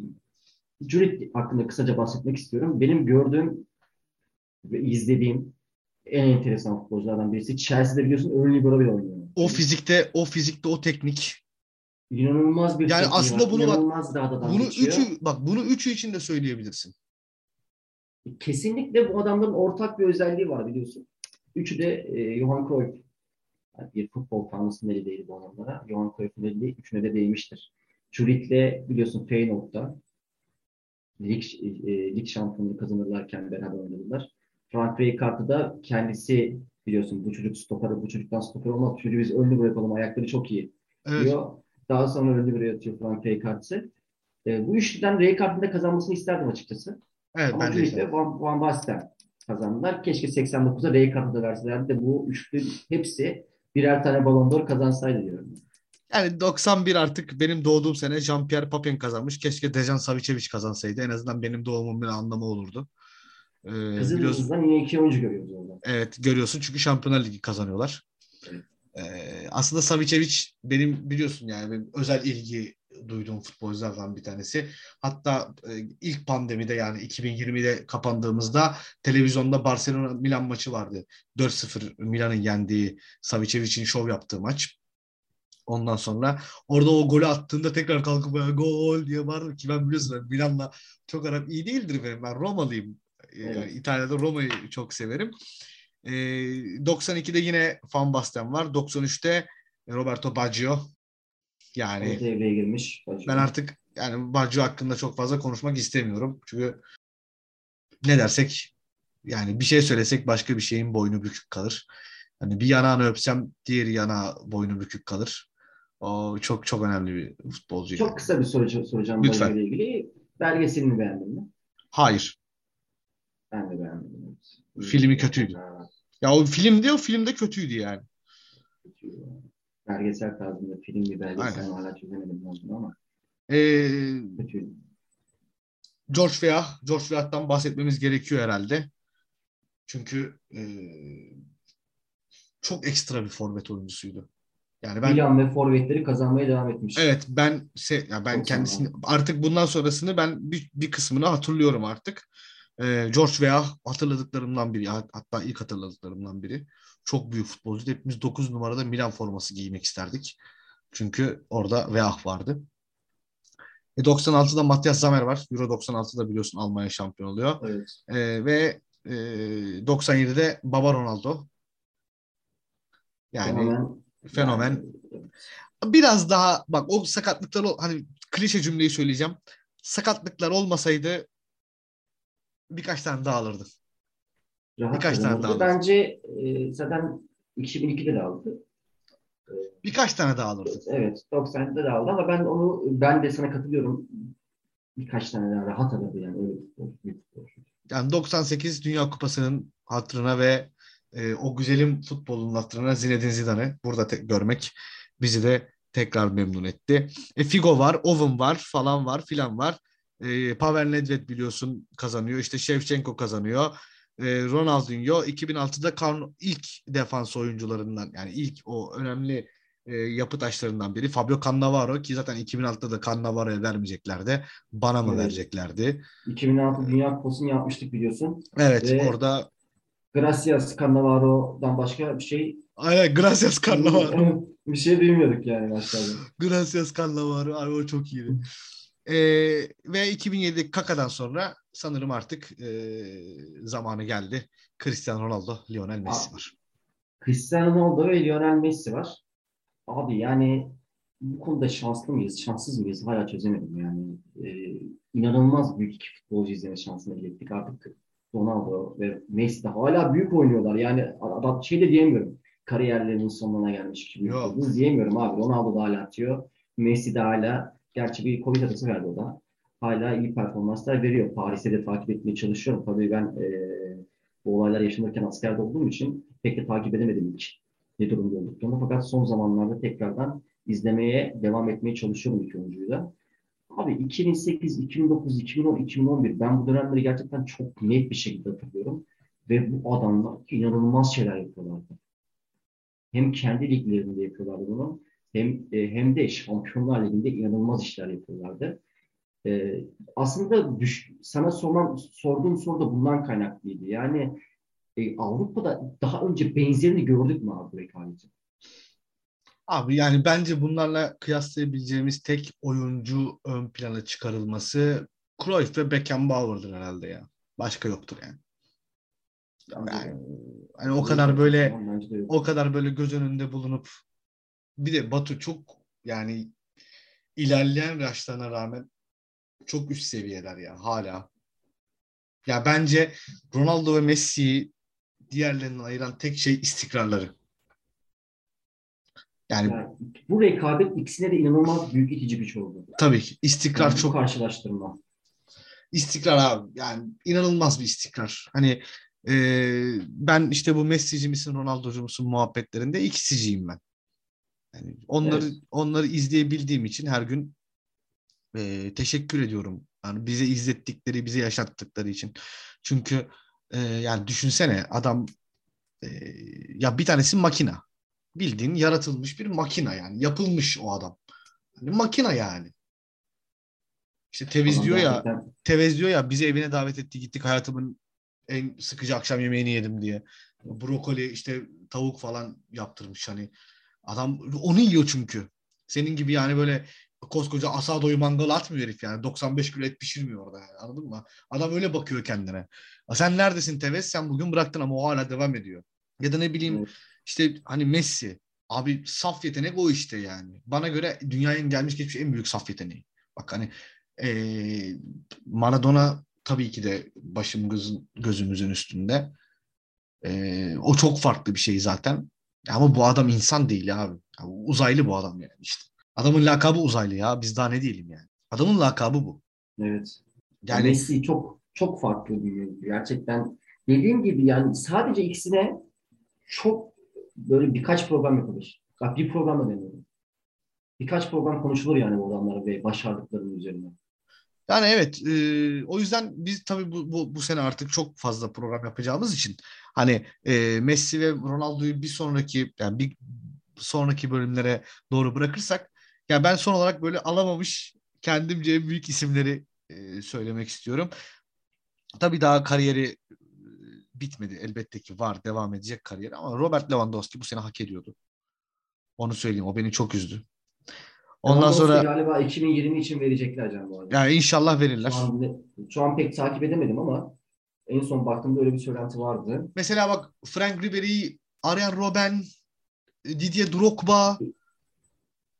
Juliet hakkında kısaca bahsetmek istiyorum. Benim gördüğüm ve izlediğim en enteresan futbolculardan birisi. Chelsea'de biliyorsun ön libero bile oynuyor. o fizikte o fizikte o teknik. İnanılmaz bir Yani tekniği var. aslında bunu bak İnanılmaz bir adadan bunu geçiyor. üçü bak bunu üçü için de söyleyebilirsin. Kesinlikle bu adamların ortak bir özelliği var biliyorsun. Üçü de e, Johan Cruyff. Yani bir futbol tanrısının eli değil bu adamlara. Johan Cruyff'un eli üçüne de değmiştir. Zürih'le biliyorsun Feyenoord'da lig, e, lig şampiyonluğu kazanırlarken beraber oynadılar. Frank Rijkaard'ı da kendisi biliyorsun bu çocuk stoper, bu çocuktan stoper olmaz. Çocuğu biz önlü bırakalım, ayakları çok iyi Evet. diyor. Daha sonra önlü buraya atıyor Frank Rijkaard'ı. E, bu üçlüden Rijkaard'ın da kazanmasını isterdim açıkçası. Evet Ama ben de Zürih istedim. ve Van, Van Basten kazandılar. Keşke seksen dokuzda Rijkaard'ı da verselerdi de bu üçlü hepsi birer tane Ballon d'Or kazansaydı diyorum. Yani doksan bir artık benim doğduğum sene Jean-Pierre Papin kazanmış. Keşke Dejan Savicevic kazansaydı. En azından benim doğumumun bir anlamı olurdu. Ee, Kızıl biliyorsun Yıldız'dan yine iki oyuncu görüyoruz orada. evet görüyorsun çünkü Şampiyonlar Ligi kazanıyorlar. Evet. Ee, aslında Savicevic benim biliyorsun yani benim özel ilgi duyduğum futbolculardan bir tanesi. Hatta e, ilk pandemide yani iki bin yirmide kapandığımızda televizyonda Barcelona Milan maçı vardı. dört sıfır Milan'ın yendiği Savicevic'in şov yaptığı maç. Ondan sonra orada o golü attığında tekrar kalkıp böyle gol diye bağırdım ki ben biliyorsun ben Milan'la çok aram iyi değildir benim. Ben Romalıyım. Ee, Yani Evet. İtalya'da Roma'yı çok severim. Ee, doksan ikide yine Van Basten var. doksan üçte Roberto Baggio. O Yani devreye girmiş. ben Başlıyor. artık yani Baggio hakkında çok fazla konuşmak istemiyorum. Çünkü ne dersek yani bir şey söylesek başka bir şeyin boynu bükük kalır. Hani bir yanağını öpsem diğer yana boynu bükük kalır. O çok çok önemli bir futbolcu Çok yani. kısa bir soru soracağım Baggio Lütfen. ile ilgili. Belgeselini beğendin mi? Hayır. Ben de beğendim. Evet. İyi, Filmi kötüydü. gerçekten Ya o film diyor, film de kötüydü yani. kötü. Belgesel tarzında film bir Aynen. belgesel mi hala çözemedim ben bunu ama Ee, kötü. George Weah, George Weah'tan bahsetmemiz gerekiyor herhalde. Çünkü e, çok ekstra bir forvet oyuncusuydu. Yani ben Milan ve forvetleri kazanmaya devam etmiş. evet ben se, ya ben kendisini doksanlarda. artık bundan sonrasını ben bir, bir kısmını hatırlıyorum artık. Ee, George Weah hatırladıklarımdan biri, hatta ilk hatırladıklarımdan biri. Çok büyük futbolcu. Hepimiz dokuz numarada Milan forması giymek isterdik. Çünkü orada Weah vardı. E, doksan altıda Matthias Sammer var. Euro doksan altıda biliyorsun Almanya şampiyon oluyor. Evet. E, ve e, doksan yedide Baba Ronaldo. Yani Fenomen yani fenomen. evet. Biraz daha bak o sakatlıkları hani klişe cümleyi söyleyeceğim. Sakatlıklar olmasaydı birkaç tane daha alırdı. Rahat Birkaç tane daha kazanırdı. alırdı. Bence e, zaten iki bin ikide de aldı. E, Birkaç tane daha alırdı. evet, doksan'da da aldı ama ben onu ben de sana katılıyorum. Birkaç tane daha rahat alırdı yani öyle bir futbol. Bir futbol. Yani doksan sekiz Dünya Kupası'nın hatırına ve e, o güzelim futbolun hatırına Zinedine Zidane'ı burada te- görmek bizi de tekrar memnun etti. E, Figo var, Oven var, falan var, filan var. E, Pavel Nedved biliyorsun kazanıyor. İşte Shevchenko kazanıyor. E, Ronaldinho iki bin altıda kan ilk defans oyuncularından yani ilk o önemli e, yapı taşlarından biri. Fabio Cannavaro ki zaten iki bin altıda da Cannavaro'ya vermeyeceklerdi. Bana mı Evet. vereceklerdi? iki bin altı Dünya Kupası'nı yapmıştık biliyorsun. Evet Ve orada Gracias Cannavaro'dan başka bir şey aynen Gracias Cannavaro. bir şey duymuyorduk yani maçlarda. Gracias Cannavaro. Ay, o çok iyiydi. Ee, ve iki bin yedi Kaka'dan sonra sanırım artık ee, zamanı geldi. Cristiano Ronaldo, Lionel Messi var. Cristiano Ronaldo ve Lionel Messi var. Abi yani bu konuda şanslı mıyız, şanssız mıyız? Hala çözemedim yani. Ee, inanılmaz büyük iki futbolcu izleme şansına ilettik. Artık Ronaldo ve Messi de hala büyük oynuyorlar. Yani adam şey de diyemiyorum. Kariyerlerinin sonuna gelmiş gibi Yok. futbolcu diyemiyorum abi. Ronaldo da hala atıyor. Messi de hala, gerçi bir Covid arası verdi o da. Hala iyi performanslar veriyor. Paris'te de takip etmeye çalışıyorum. Tabii ben e, bu olaylar yaşanırken askerde olduğum için pek de takip edemedim hiç ne durumda olduklarını. Fakat son zamanlarda tekrardan izlemeye devam etmeye çalışıyorum iki oyuncuyu da. Abi iki bin sekiz, iki bin dokuz, iki bin on, iki bin on bir ben bu dönemleri gerçekten çok net bir şekilde hatırlıyorum. Ve bu adamlar inanılmaz şeyler yapıyorlardı. Hem kendi liglerinde yapıyorlardı bunu. Hem, e, hem de Şampiyonlar Ligi'nde inanılmaz işler yapıyorlardı. E, aslında düş, sana soran, sorduğum soru da bundan kaynaklıydı. Yani e, Avrupa'da daha önce benzerini gördük mü abi bu rekabeti? Abi yani bence bunlarla kıyaslayabileceğimiz tek oyuncu ön plana çıkarılması Cruyff ve Beckenbauer'dır herhalde ya. Başka yoktur yani. Bence de. Yani, hani o Katılıyorum kadar zaten böyle sana. Bence de yok. o kadar böyle göz önünde bulunup bir de Batu çok yani ilerleyen yaşlarına rağmen çok üst seviyeler ya hala. Ya bence Ronaldo ve Messi'yi diğerlerinden ayıran tek şey istikrarları. Yani Yani bu rekabet ikisine de inanılmaz büyük itici güç oldu. tabii ki istikrar Yani bu çok karşılaştırma. istikrar abi. Yani inanılmaz bir istikrar. Hani e, ben işte bu Messi'ci misin Ronaldo'cu musun muhabbetlerinde ikisiciyim ben. Yani onları Evet. onları izleyebildiğim için her gün e, teşekkür ediyorum. Yani bize izlettikleri, bize yaşattıkları için. Çünkü e, yani düşünsene adam e, ya bir tanesi makina. Bildiğin yaratılmış bir makina yani. Yapılmış o adam. Hani makina yani. İşte Tevez Adam diyor ya gerçekten Tevez diyor ya bizi evine davet etti gittik hayatımın en sıkıcı akşam yemeğini yedim diye. Brokoli işte tavuk falan yaptırmış hani. Adam onu yiyor çünkü. Senin gibi yani böyle koskoca Asado'yu mangala atmıyor herif yani. doksan beş kilo et pişirmiyor orada yani anladın mı? Adam öyle bakıyor kendine. Sen neredesin Tevez? Sen bugün bıraktın ama o hala devam ediyor. Ya da ne bileyim evet, işte hani Messi. Abi saf yetenek o işte yani. Bana göre dünyanın gelmiş geçmiş en büyük saf yeteneği. Bak hani ee, Maradona tabii ki de başım gözüm, gözümüzün üstünde. Ee, o çok farklı bir şey zaten. Ama bu adam insan değil abi. Ya, uzaylı bu adam yani işte. Adamın lakabı uzaylı ya. Biz daha ne diyelim yani. Adamın lakabı bu. evet. Ya Yani Messi çok çok farklı bir oyuncu. Gerçekten dediğim gibi yani sadece ikisine çok böyle birkaç program yapılır. Bak bir program da demiyorum. Birkaç program konuşulur yani bu adamların ve başardıklarının üzerine. yani evet e, o yüzden biz tabii bu, bu, bu sene artık çok fazla program yapacağımız için hani e, Messi ve Ronaldo'yu bir sonraki yani bir sonraki bölümlere doğru bırakırsak yani ben son olarak böyle alamamış kendimce en büyük isimleri e, söylemek istiyorum. Tabii daha kariyeri e, bitmedi. Elbette ki var, devam edecek kariyeri ama Robert Lewandowski bu sene hak ediyordu. Onu söyleyeyim. O beni çok üzdü. Ondan Lewandowski sonra galiba iki bin yirmi için verecekler can bu arada. yani inşallah Şu verirler. an ne- şu an pek takip edemedim ama en son baktığımda öyle bir söylenti vardı. Mesela bak Frank Ribery, Arjen Robben, Didier Drogba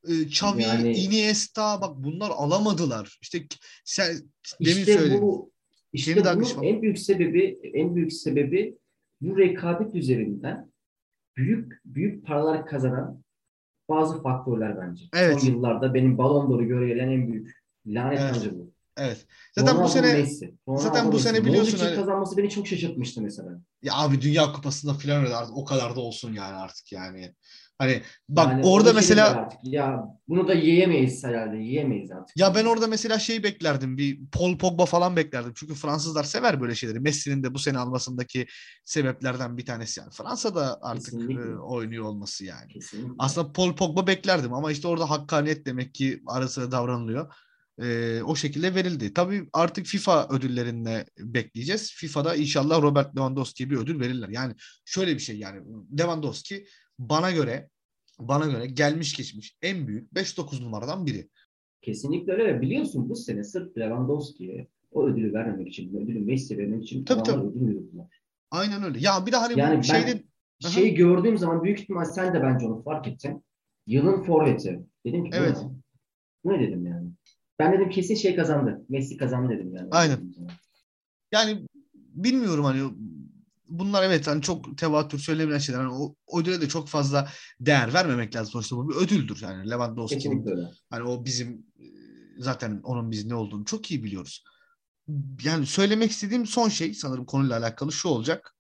e, Xavi, Yani Iniesta bak bunlar alamadılar. İşte sen demin işte söyledin. bu Kenny işte Dalglish bunun falan. en büyük sebebi en büyük sebebi bu rekabet üzerinden büyük büyük paralar kazanan bazı faktörler bence. Son Evet. yıllarda benim Ballon d'Or'u görebilen en büyük lanet Evet. bence bu. Evet. Zaten bu Ronaldo sene Messi. zaten Ronaldo bu Messi. sene biliyorsun Modric'in hani kazanması beni çok şaşırtmıştı mesela. ya abi Dünya Kupası'nda falan öyle artık o kadar da olsun yani artık yani. Hani bak Yani orada orada şey dediler mesela artık. Ya bunu da yiyemeyiz herhalde. Yiyemeyiz artık. ya ben Yani. orada mesela şey beklerdim. Bir Paul Pogba falan beklerdim. Çünkü Fransızlar sever böyle şeyleri. Messi'nin de bu sene almasındaki sebeplerden bir tanesi yani. Fransa'da artık e, Kesinlikle. oynuyor olması yani. Kesinlikle. Aslında Paul Pogba beklerdim ama işte orada hakkaniyet demek ki ara sıra davranılıyor. E, o şekilde verildi. Tabii artık FIFA ödüllerine bekleyeceğiz. FIFA'da inşallah Robert Lewandowski'ye bir ödül verirler. Yani şöyle bir şey yani Lewandowski bana göre bana göre gelmiş geçmiş en büyük beş dokuz numaradan biri. Kesinlikle öyle. Ve biliyorsun bu sene sırf Lewandowski'ye o ödülü vermemek için, ödülü Messi'ye vermek için Tabii adamlar tabii. ödül veriyorlar. Aynen öyle. Ya bir de hani bu Yani ben şeyde aha, şeyi gördüğüm zaman büyük ihtimal sen de bence onu fark ettin. Yılın forveti. Dedim ki bu ne? evet. Bu ne dedim yani. Ben dedim kesin şey kazandı. Messi kazandı dedim yani. Onu Aynen. gördüğüm zaman. Yani bilmiyorum hani bunlar evet hani çok tevatür söylemeyen şeyler. Hani o o ödüle de çok fazla değer vermemek lazım sonuçta bu bir ödüldür yani Lewandowski'nin Kesinlikle öyle. hani o bizim e, zaten onun biz ne olduğunu çok iyi biliyoruz. Yani söylemek istediğim son şey sanırım konuyla alakalı şu olacak.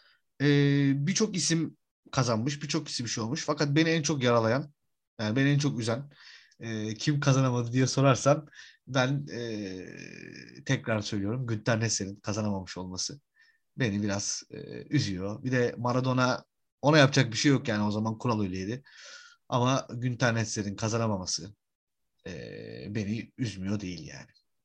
Ee, birçok isim kazanmış, birçok isim bir şey olmuş. Fakat beni en çok yaralayan, yani beni en çok üzen e, kim kazanamadı diye sorarsan ben e, tekrar söylüyorum Günter Nesser'in kazanamamış olması beni biraz e, üzüyor. Bir de Maradona ona yapacak bir şey yok yani o zaman kural öyleydi. Ama Günter Nesser'in kazanamaması e, beni üzmüyor değil yani.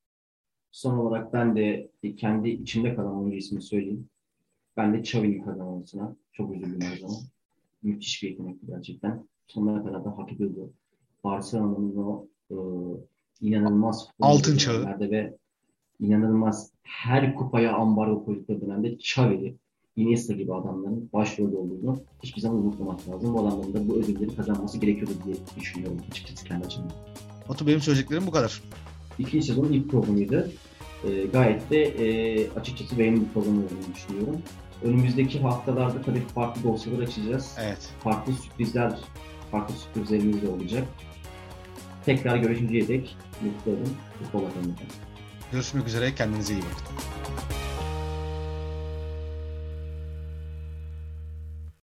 Son olarak ben de kendi içimde kalan oyuncu ismini söyleyeyim. Ben de Xavi'nin kazanmasına çok üzüldüm her zaman. Müthiş bir yetenekti gerçekten. Sonuna kadar da hak ediyordu. Barcelona'nın o e, inanılmaz futbol Altın oynadığı çağı. dönemlerde ve inanılmaz her kupaya ambargo koydukları dönemde Xavi, Iniesta gibi adamların başrolde olduğunu hiçbir zaman unutmamak lazım. Bu adamların da bu ödülleri kazanması gerekiyordu diye düşünüyorum açıkçası kendi açımdan. Batu benim söyleyeceklerim bu kadar. İkinci sezonun ilk programıydı. E, gayet de e, açıkçası beğendiğim bir program olduğunu düşünüyorum. Önümüzdeki haftalarda tabii farklı dosyalar açacağız. Evet. Farklı sürprizler, farklı sürprizlerimiz de olacak. Tekrar görüşünceye dek mutlu olun. Futbol akımında. Görüşmek üzere. Kendinize iyi bakın.